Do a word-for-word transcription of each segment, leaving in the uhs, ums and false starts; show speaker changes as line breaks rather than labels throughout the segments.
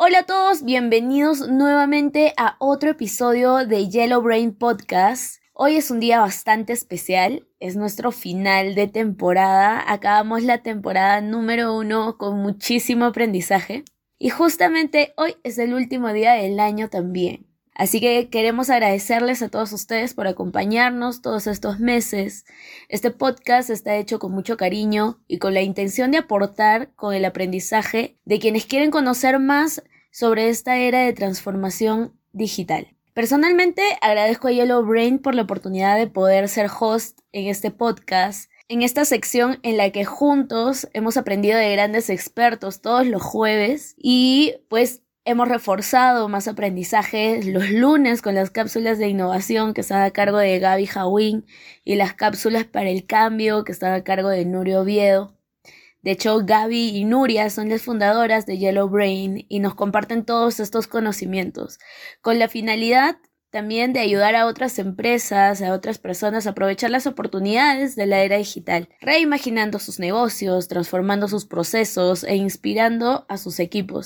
Hola a todos, bienvenidos nuevamente a otro episodio de Yellow Brain Podcast. Hoy es un día bastante especial, es nuestro final de temporada, acabamos la temporada número uno con muchísimo aprendizaje y justamente hoy es el último día del año también. Así que queremos agradecerles a todos ustedes por acompañarnos todos estos meses. Este podcast está hecho con mucho cariño y con la intención de aportar con el aprendizaje de quienes quieren conocer más sobre esta era de transformación digital. Personalmente agradezco a Yellow Brain por la oportunidad de poder ser host en este podcast, en esta sección en la que juntos hemos aprendido de grandes expertos todos los jueves y pues hemos reforzado más aprendizaje los lunes con las cápsulas de innovación que están a cargo de Gaby Jawin y las cápsulas para el cambio que están a cargo de Nuria Oviedo. De hecho, Gaby y Nuria son las fundadoras de Yellow Brain y nos comparten todos estos conocimientos, con la finalidad también de ayudar a otras empresas, a otras personas a aprovechar las oportunidades de la era digital, reimaginando sus negocios, transformando sus procesos e inspirando a sus equipos.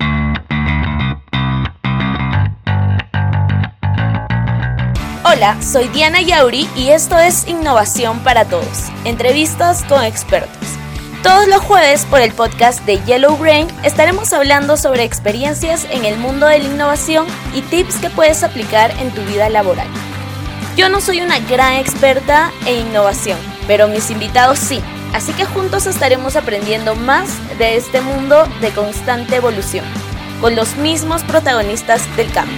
Hola, soy Diana Yauri y esto es Innovación para Todos, entrevistas con expertos. Todos los jueves por el podcast de Yellow Brain estaremos hablando sobre experiencias en el mundo de la innovación y tips que puedes aplicar en tu vida laboral. Yo no soy una gran experta en innovación, pero mis invitados sí, así que juntos estaremos aprendiendo más de este mundo de constante evolución, con los mismos protagonistas del cambio.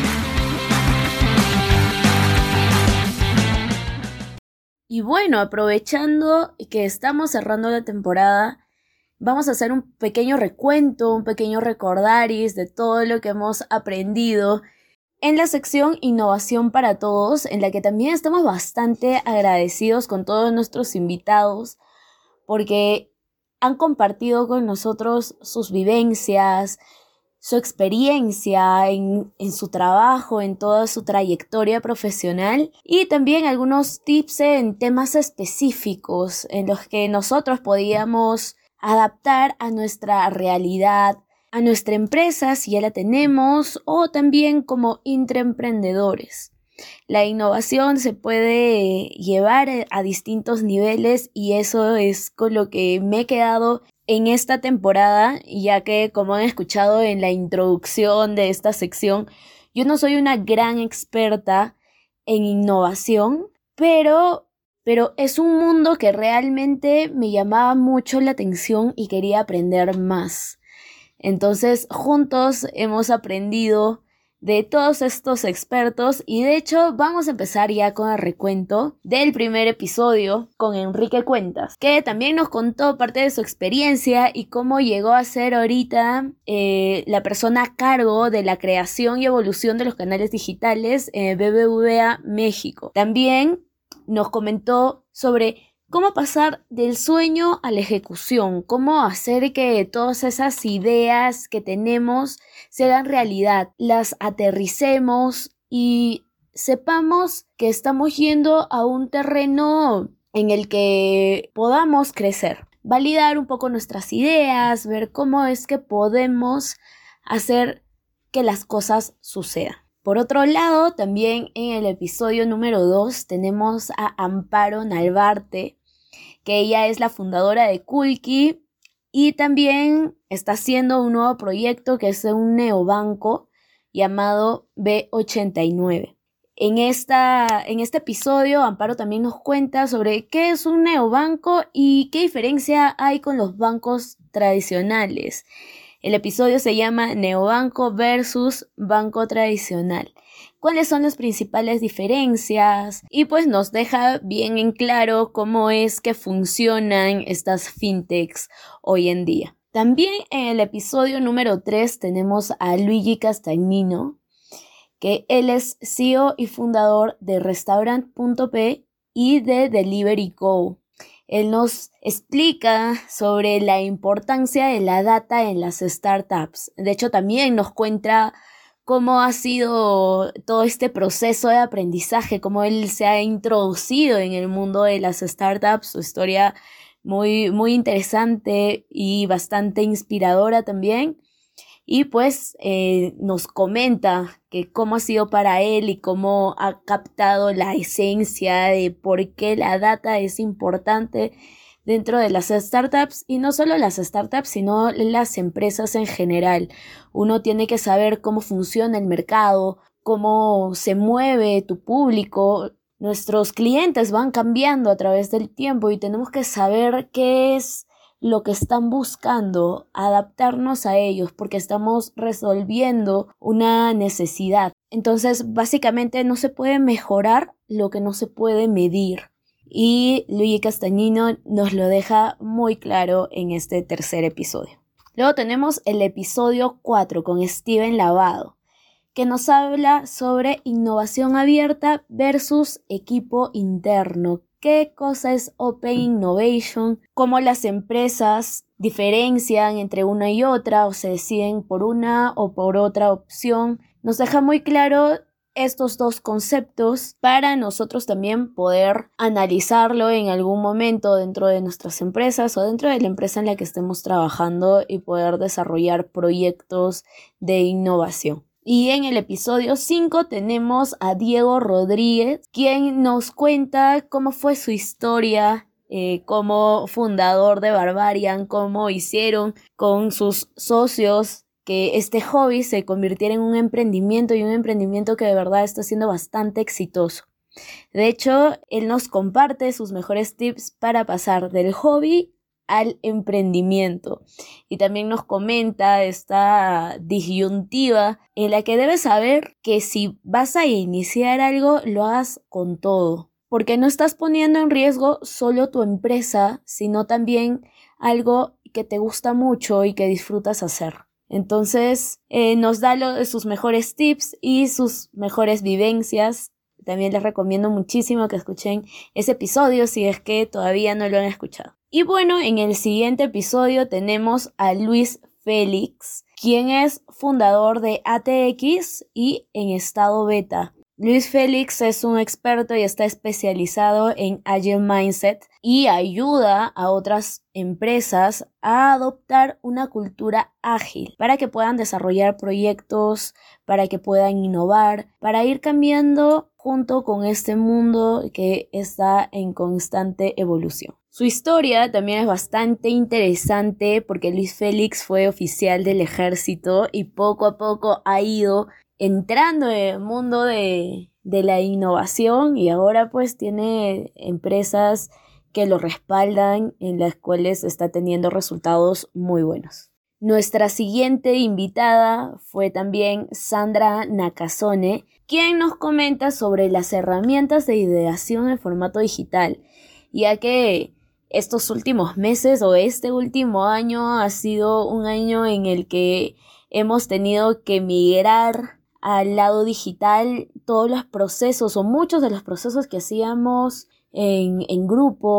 Y bueno, aprovechando que estamos cerrando la temporada, vamos a hacer un pequeño recuento, un pequeño recordaris de todo lo que hemos aprendido en la sección Innovación para Todos, en la que también estamos bastante agradecidos con todos nuestros invitados porque han compartido con nosotros sus vivencias, su experiencia en, en su trabajo, en toda su trayectoria profesional y también algunos tips en temas específicos en los que nosotros podíamos adaptar a nuestra realidad, a nuestra empresa si ya la tenemos o también como intraemprendedores. La innovación se puede llevar a distintos niveles y eso es con lo que me he quedado en esta temporada, ya que como han escuchado en la introducción de esta sección, yo no soy una gran experta en innovación, pero, pero es un mundo que realmente me llamaba mucho la atención y quería aprender más. Entonces, juntos hemos aprendido de todos estos expertos y de hecho vamos a empezar ya con el recuento del primer episodio con Enrique Cuentas, que también nos contó parte de su experiencia y cómo llegó a ser ahorita eh, la persona a cargo de la creación y evolución de los canales digitales en B B V A México. También nos comentó sobre cómo pasar del sueño a la ejecución, cómo hacer que todas esas ideas que tenemos se hagan realidad, las aterricemos y sepamos que estamos yendo a un terreno en el que podamos crecer, validar un poco nuestras ideas, ver cómo es que podemos hacer que las cosas sucedan. Por otro lado, también en el episodio número dos tenemos a Amparo Narvarte, que ella es la fundadora de Kulki y también está haciendo un nuevo proyecto que es un neobanco llamado B ochenta y nueve. En, esta, en este episodio, Amparo también nos cuenta sobre qué es un neobanco y qué diferencia hay con los bancos tradicionales. El episodio se llama Neobanco versus Banco Tradicional. ¿Cuáles son las principales diferencias? Y pues nos deja bien en claro cómo es que funcionan estas fintechs hoy en día. También en el episodio número tres tenemos a Luigi Castagnino, que él es C E O y fundador de Restaurant punto pe y de Delivery Go. Él nos explica sobre la importancia de la data en las startups. De hecho, también nos cuenta cómo ha sido todo este proceso de aprendizaje, cómo él se ha introducido en el mundo de las startups, su historia muy, muy interesante y bastante inspiradora también. y pues eh, nos comenta que cómo ha sido para él y cómo ha captado la esencia de por qué la data es importante dentro de las startups, y no solo las startups, sino las empresas en general. Uno tiene que saber cómo funciona el mercado, cómo se mueve tu público. Nuestros clientes van cambiando a través del tiempo y tenemos que saber qué es lo que están buscando, adaptarnos a ellos porque estamos resolviendo una necesidad. Entonces, básicamente no se puede mejorar lo que no se puede medir. Y Luigi Castagnino nos lo deja muy claro en este tercer episodio. Luego tenemos el episodio cuatro con Steven Lavado, que nos habla sobre innovación abierta versus equipo interno. ¿Qué cosa es Open Innovation? ¿Cómo las empresas diferencian entre una y otra o se deciden por una o por otra opción? Nos deja muy claro estos dos conceptos para nosotros también poder analizarlo en algún momento dentro de nuestras empresas o dentro de la empresa en la que estemos trabajando y poder desarrollar proyectos de innovación. Y en el episodio cinco tenemos a Diego Rodríguez, quien nos cuenta cómo fue su historia eh, como fundador de Barbarian, cómo hicieron con sus socios que este hobby se convirtiera en un emprendimiento y un emprendimiento que de verdad está siendo bastante exitoso. De hecho, él nos comparte sus mejores tips para pasar del hobby al emprendimiento y también nos comenta esta disyuntiva en la que debes saber que si vas a iniciar algo, lo hagas con todo, porque no estás poniendo en riesgo solo tu empresa, sino también algo que te gusta mucho y que disfrutas hacer. Entonces eh, nos da lo de sus mejores tips y sus mejores vivencias. También les recomiendo muchísimo que escuchen ese episodio si es que todavía no lo han escuchado. Y bueno, en el siguiente episodio tenemos a Luis Félix, quien es fundador de A T X y en estado beta. Luis Félix es un experto y está especializado en Agile Mindset y ayuda a otras empresas a adoptar una cultura ágil para que puedan desarrollar proyectos, para que puedan innovar, para ir cambiando junto con este mundo que está en constante evolución. Su historia también es bastante interesante porque Luis Félix fue oficial del ejército y poco a poco ha ido entrando en el mundo de, de la innovación y ahora pues tiene empresas que lo respaldan, en las cuales está teniendo resultados muy buenos. Nuestra siguiente invitada fue también Sandra Nakasone, quien nos comenta sobre las herramientas de ideación en formato digital, ya que estos últimos meses o este último año ha sido un año en el que hemos tenido que migrar al lado digital todos los procesos o muchos de los procesos que hacíamos en, en grupo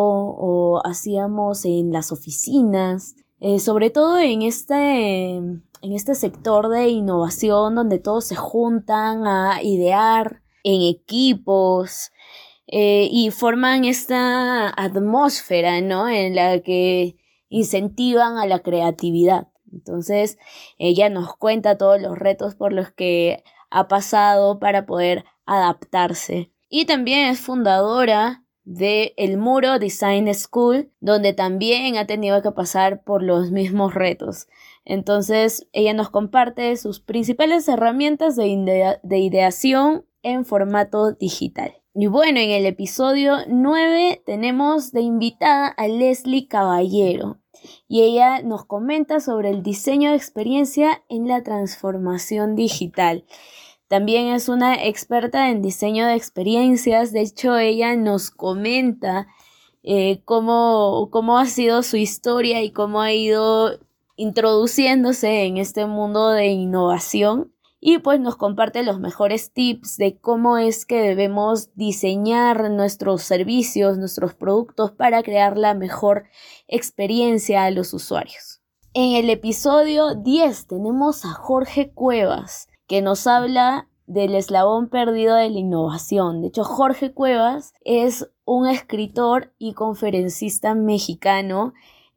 o hacíamos en las oficinas, eh, sobre todo en este, en este sector de innovación donde todos se juntan a idear en equipos eh, y forman esta atmósfera, ¿no?, en la que incentivan a la creatividad. Entonces ella nos cuenta todos los retos por los que ha pasado para poder adaptarse. Y también es fundadora de El Muro Design School, donde también ha tenido que pasar por los mismos retos. Entonces ella nos comparte sus principales herramientas de, idea- de ideación en formato digital. Y bueno, en el episodio nueve tenemos de invitada a Leslie Caballero. Y ella nos comenta sobre el diseño de experiencia en la transformación digital. También es una experta en diseño de experiencias. De hecho, ella nos comenta eh, cómo, cómo ha sido su historia y cómo ha ido introduciéndose en este mundo de innovación. Y pues nos comparte los mejores tips de cómo es que debemos diseñar nuestros servicios, nuestros productos para crear la mejor experiencia a los usuarios. En el episodio diez tenemos a Jorge Cuevas, que nos habla del eslabón perdido de la innovación. De hecho, Jorge Cuevas es un escritor y conferencista mexicano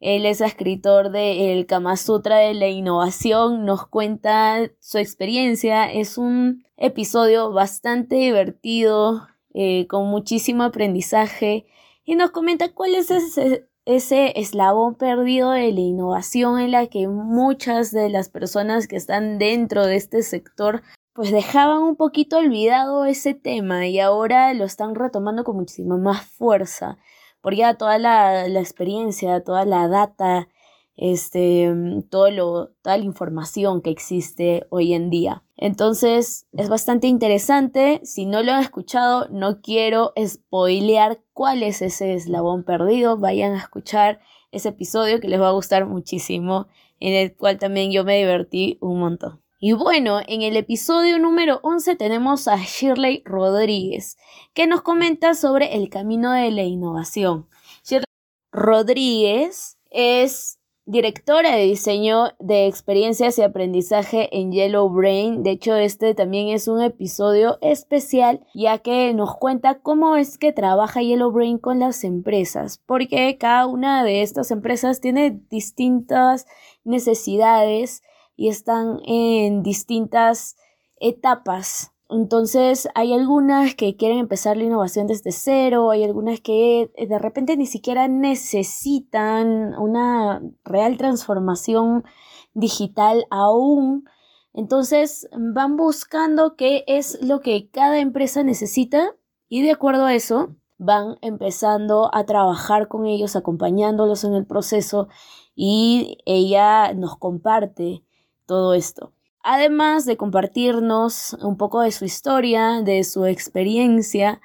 Él es escritor de El Kama Sutra de la Innovación, nos cuenta su experiencia. Es un episodio bastante divertido, eh, con muchísimo aprendizaje, y nos comenta cuál es ese, ese eslabón perdido de la innovación en la que muchas de las personas que están dentro de este sector pues dejaban un poquito olvidado ese tema y ahora lo están retomando con muchísima más fuerza, por ya toda la, la experiencia, toda la data, este, todo lo, toda la información que existe hoy en día. Entonces es bastante interesante. Si no lo han escuchado, no quiero spoilear cuál es ese eslabón perdido. Vayan a escuchar ese episodio que les va a gustar muchísimo, en el cual también yo me divertí un montón. Y bueno, en el episodio número once tenemos a Shirley Rodríguez, que nos comenta sobre el camino de la innovación. Shirley Rodríguez es directora de diseño de experiencias y aprendizaje en Yellow Brain. De hecho, este también es un episodio especial, ya que nos cuenta cómo es que trabaja Yellow Brain con las empresas, porque cada una de estas empresas tiene distintas necesidades y están en distintas etapas. Entonces hay algunas que quieren empezar la innovación desde cero, hay algunas que de repente ni siquiera necesitan una real transformación digital aún. Entonces van buscando qué es lo que cada empresa necesita y de acuerdo a eso van empezando a trabajar con ellos, acompañándolos en el proceso, y ella nos comparte todo esto. Además de compartirnos un poco de su historia, de su experiencia,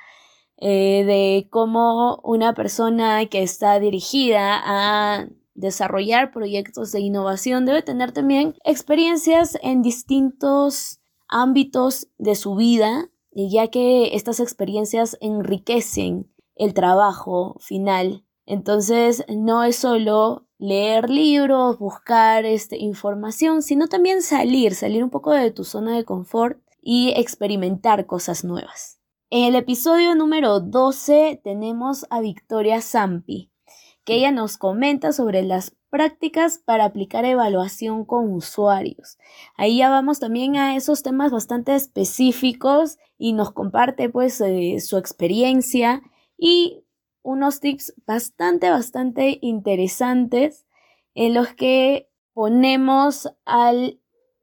eh, de cómo una persona que está dirigida a desarrollar proyectos de innovación debe tener también experiencias en distintos ámbitos de su vida, ya que estas experiencias enriquecen el trabajo final. Entonces no es solo leer libros, buscar este, información, sino también salir, salir un poco de tu zona de confort y experimentar cosas nuevas. En el episodio número doce tenemos a Victoria Zampi, que ella nos comenta sobre las prácticas para aplicar evaluación con usuarios. Ahí ya vamos también a esos temas bastante específicos y nos comparte pues eh, su experiencia y unos tips bastante, bastante interesantes en los que ponemos al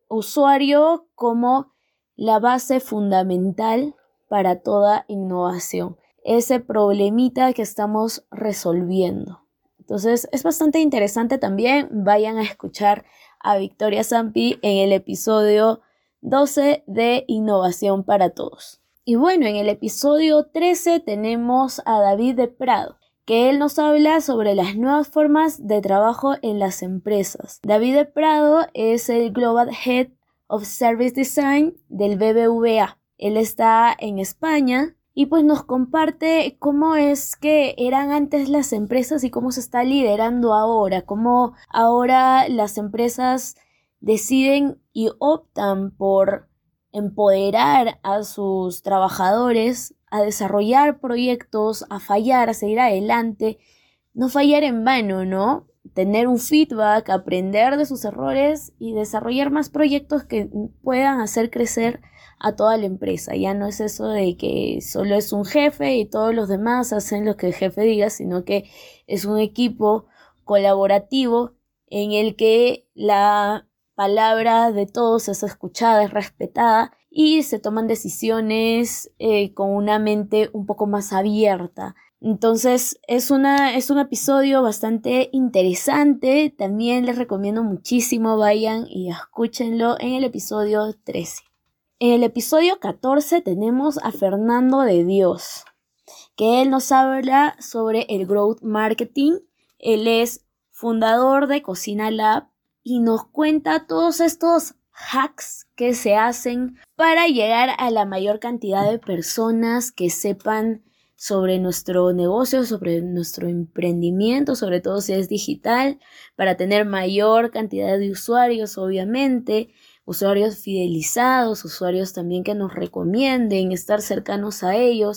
usuario como la base fundamental para toda innovación, ese problemita que estamos resolviendo. Entonces es bastante interesante también. Vayan a escuchar a Victoria Zampi en el episodio doce de Innovación para Todos. Y bueno, en el episodio trece tenemos a David de Prado, que él nos habla sobre las nuevas formas de trabajo en las empresas. David de Prado es el Global Head of Service Design del B B V A. Él está en España y pues nos comparte cómo es que eran antes las empresas y cómo se está liderando ahora, cómo ahora las empresas deciden y optan por empoderar a sus trabajadores a desarrollar proyectos, a fallar, a seguir adelante, no fallar en vano, ¿no? Tener un feedback, aprender de sus errores y desarrollar más proyectos que puedan hacer crecer a toda la empresa. Ya no es eso de que solo es un jefe y todos los demás hacen lo que el jefe diga, sino que es un equipo colaborativo en el que la palabra de todos es escuchada, es respetada y se toman decisiones eh, con una mente un poco más abierta. Entonces es, una, es un episodio bastante interesante. También les recomiendo muchísimo vayan y escúchenlo en el episodio trece. En el episodio catorce tenemos a Fernando de Dios, que él nos habla sobre el growth marketing. Él es fundador de Cocina Lab y nos cuenta todos estos hacks que se hacen para llegar a la mayor cantidad de personas que sepan sobre nuestro negocio, sobre nuestro emprendimiento, sobre todo si es digital, para tener mayor cantidad de usuarios, obviamente, usuarios fidelizados, usuarios también que nos recomienden, estar cercanos a ellos,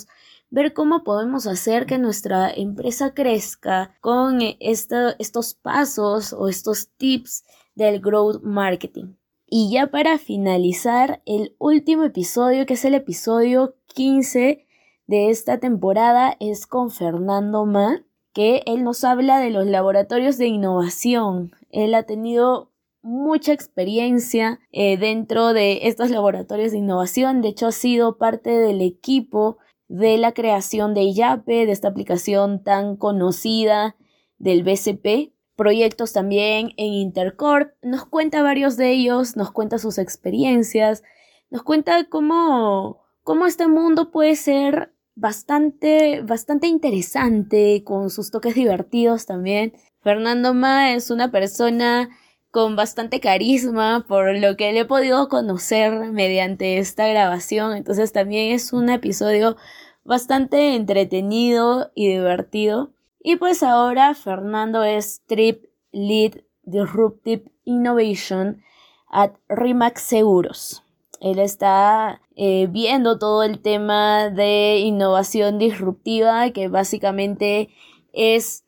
ver cómo podemos hacer que nuestra empresa crezca con esta, estos pasos o estos tips del growth marketing. Y ya para finalizar, el último episodio, que es el episodio quince de esta temporada, es con Fernando Ma, que él nos habla de los laboratorios de innovación. Él ha tenido mucha experiencia eh, dentro de estos laboratorios de innovación. De hecho, ha sido parte del equipo de la creación de Yape, de esta aplicación tan conocida del B C P. Proyectos también en Intercorp. Nos cuenta varios de ellos, nos cuenta sus experiencias, nos cuenta cómo, cómo este mundo puede ser bastante, bastante interesante, con sus toques divertidos también. Fernando Ma es una persona con bastante carisma, por lo que le he podido conocer mediante esta grabación. Entonces también es un episodio bastante entretenido y divertido. Y pues ahora Fernando es Trip Lead Disruptive Innovation at RE/MAX Seguros. Él está eh, viendo todo el tema de innovación disruptiva, que básicamente es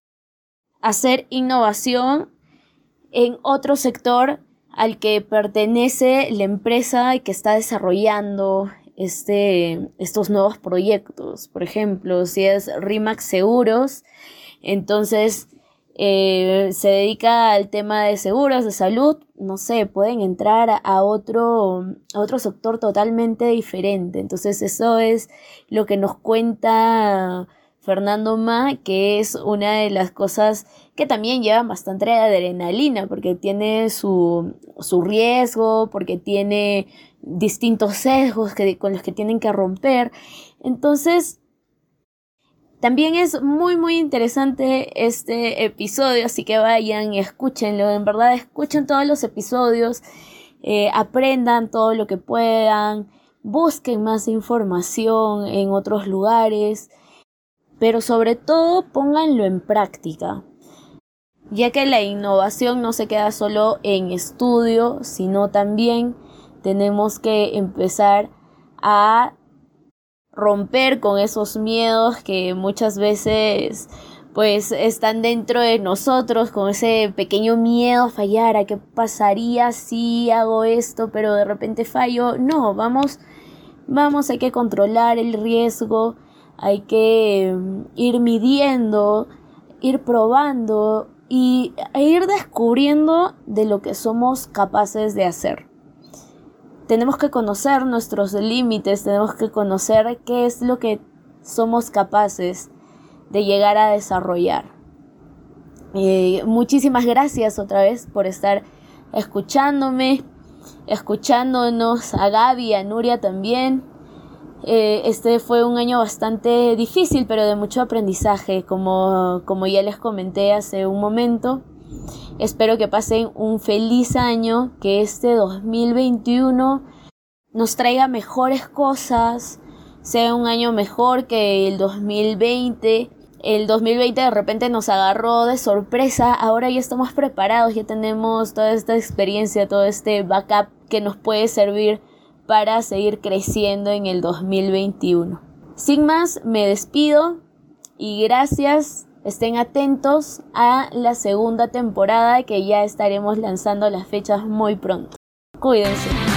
hacer innovación en otro sector al que pertenece la empresa que está desarrollando este, estos nuevos proyectos. Por ejemplo, si es RE/MAX Seguros, entonces eh, se dedica al tema de seguros, de salud, no sé, pueden entrar a otro, a otro sector totalmente diferente. Entonces eso es lo que nos cuenta Fernando Ma, que es una de las cosas que también lleva bastante adrenalina, porque tiene su, su riesgo, porque tiene distintos sesgos que, con los que tienen que romper. Entonces, también es muy muy interesante este episodio, así que vayan y escúchenlo. En verdad, escuchen todos los episodios, eh, aprendan todo lo que puedan, busquen más información en otros lugares, pero sobre todo pónganlo en práctica, ya que la innovación no se queda solo en estudio, sino también tenemos que empezar a romper con esos miedos que muchas veces pues están dentro de nosotros, con ese pequeño miedo a fallar, a qué pasaría si hago esto pero de repente fallo. No, vamos, vamos, hay que controlar el riesgo, hay que ir midiendo, ir probando y e ir descubriendo de lo que somos capaces de hacer. Tenemos que conocer nuestros límites, tenemos que conocer qué es lo que somos capaces de llegar a desarrollar. Eh, muchísimas gracias otra vez por estar escuchándome, escuchándonos, a Gaby, a Nuria también. Eh, este fue un año bastante difícil, pero de mucho aprendizaje, como, como ya les comenté hace un momento. Espero que pasen un feliz año, que este dos mil veintiuno nos traiga mejores cosas, sea un año mejor que el dos mil veinte. El dos mil veinte de repente nos agarró de sorpresa, ahora ya estamos preparados, ya tenemos toda esta experiencia, todo este backup que nos puede servir para seguir creciendo en el dos mil veintiuno. Sin más, me despido y gracias. Estén atentos a la segunda temporada, que ya estaremos lanzando las fechas muy pronto. Cuídense.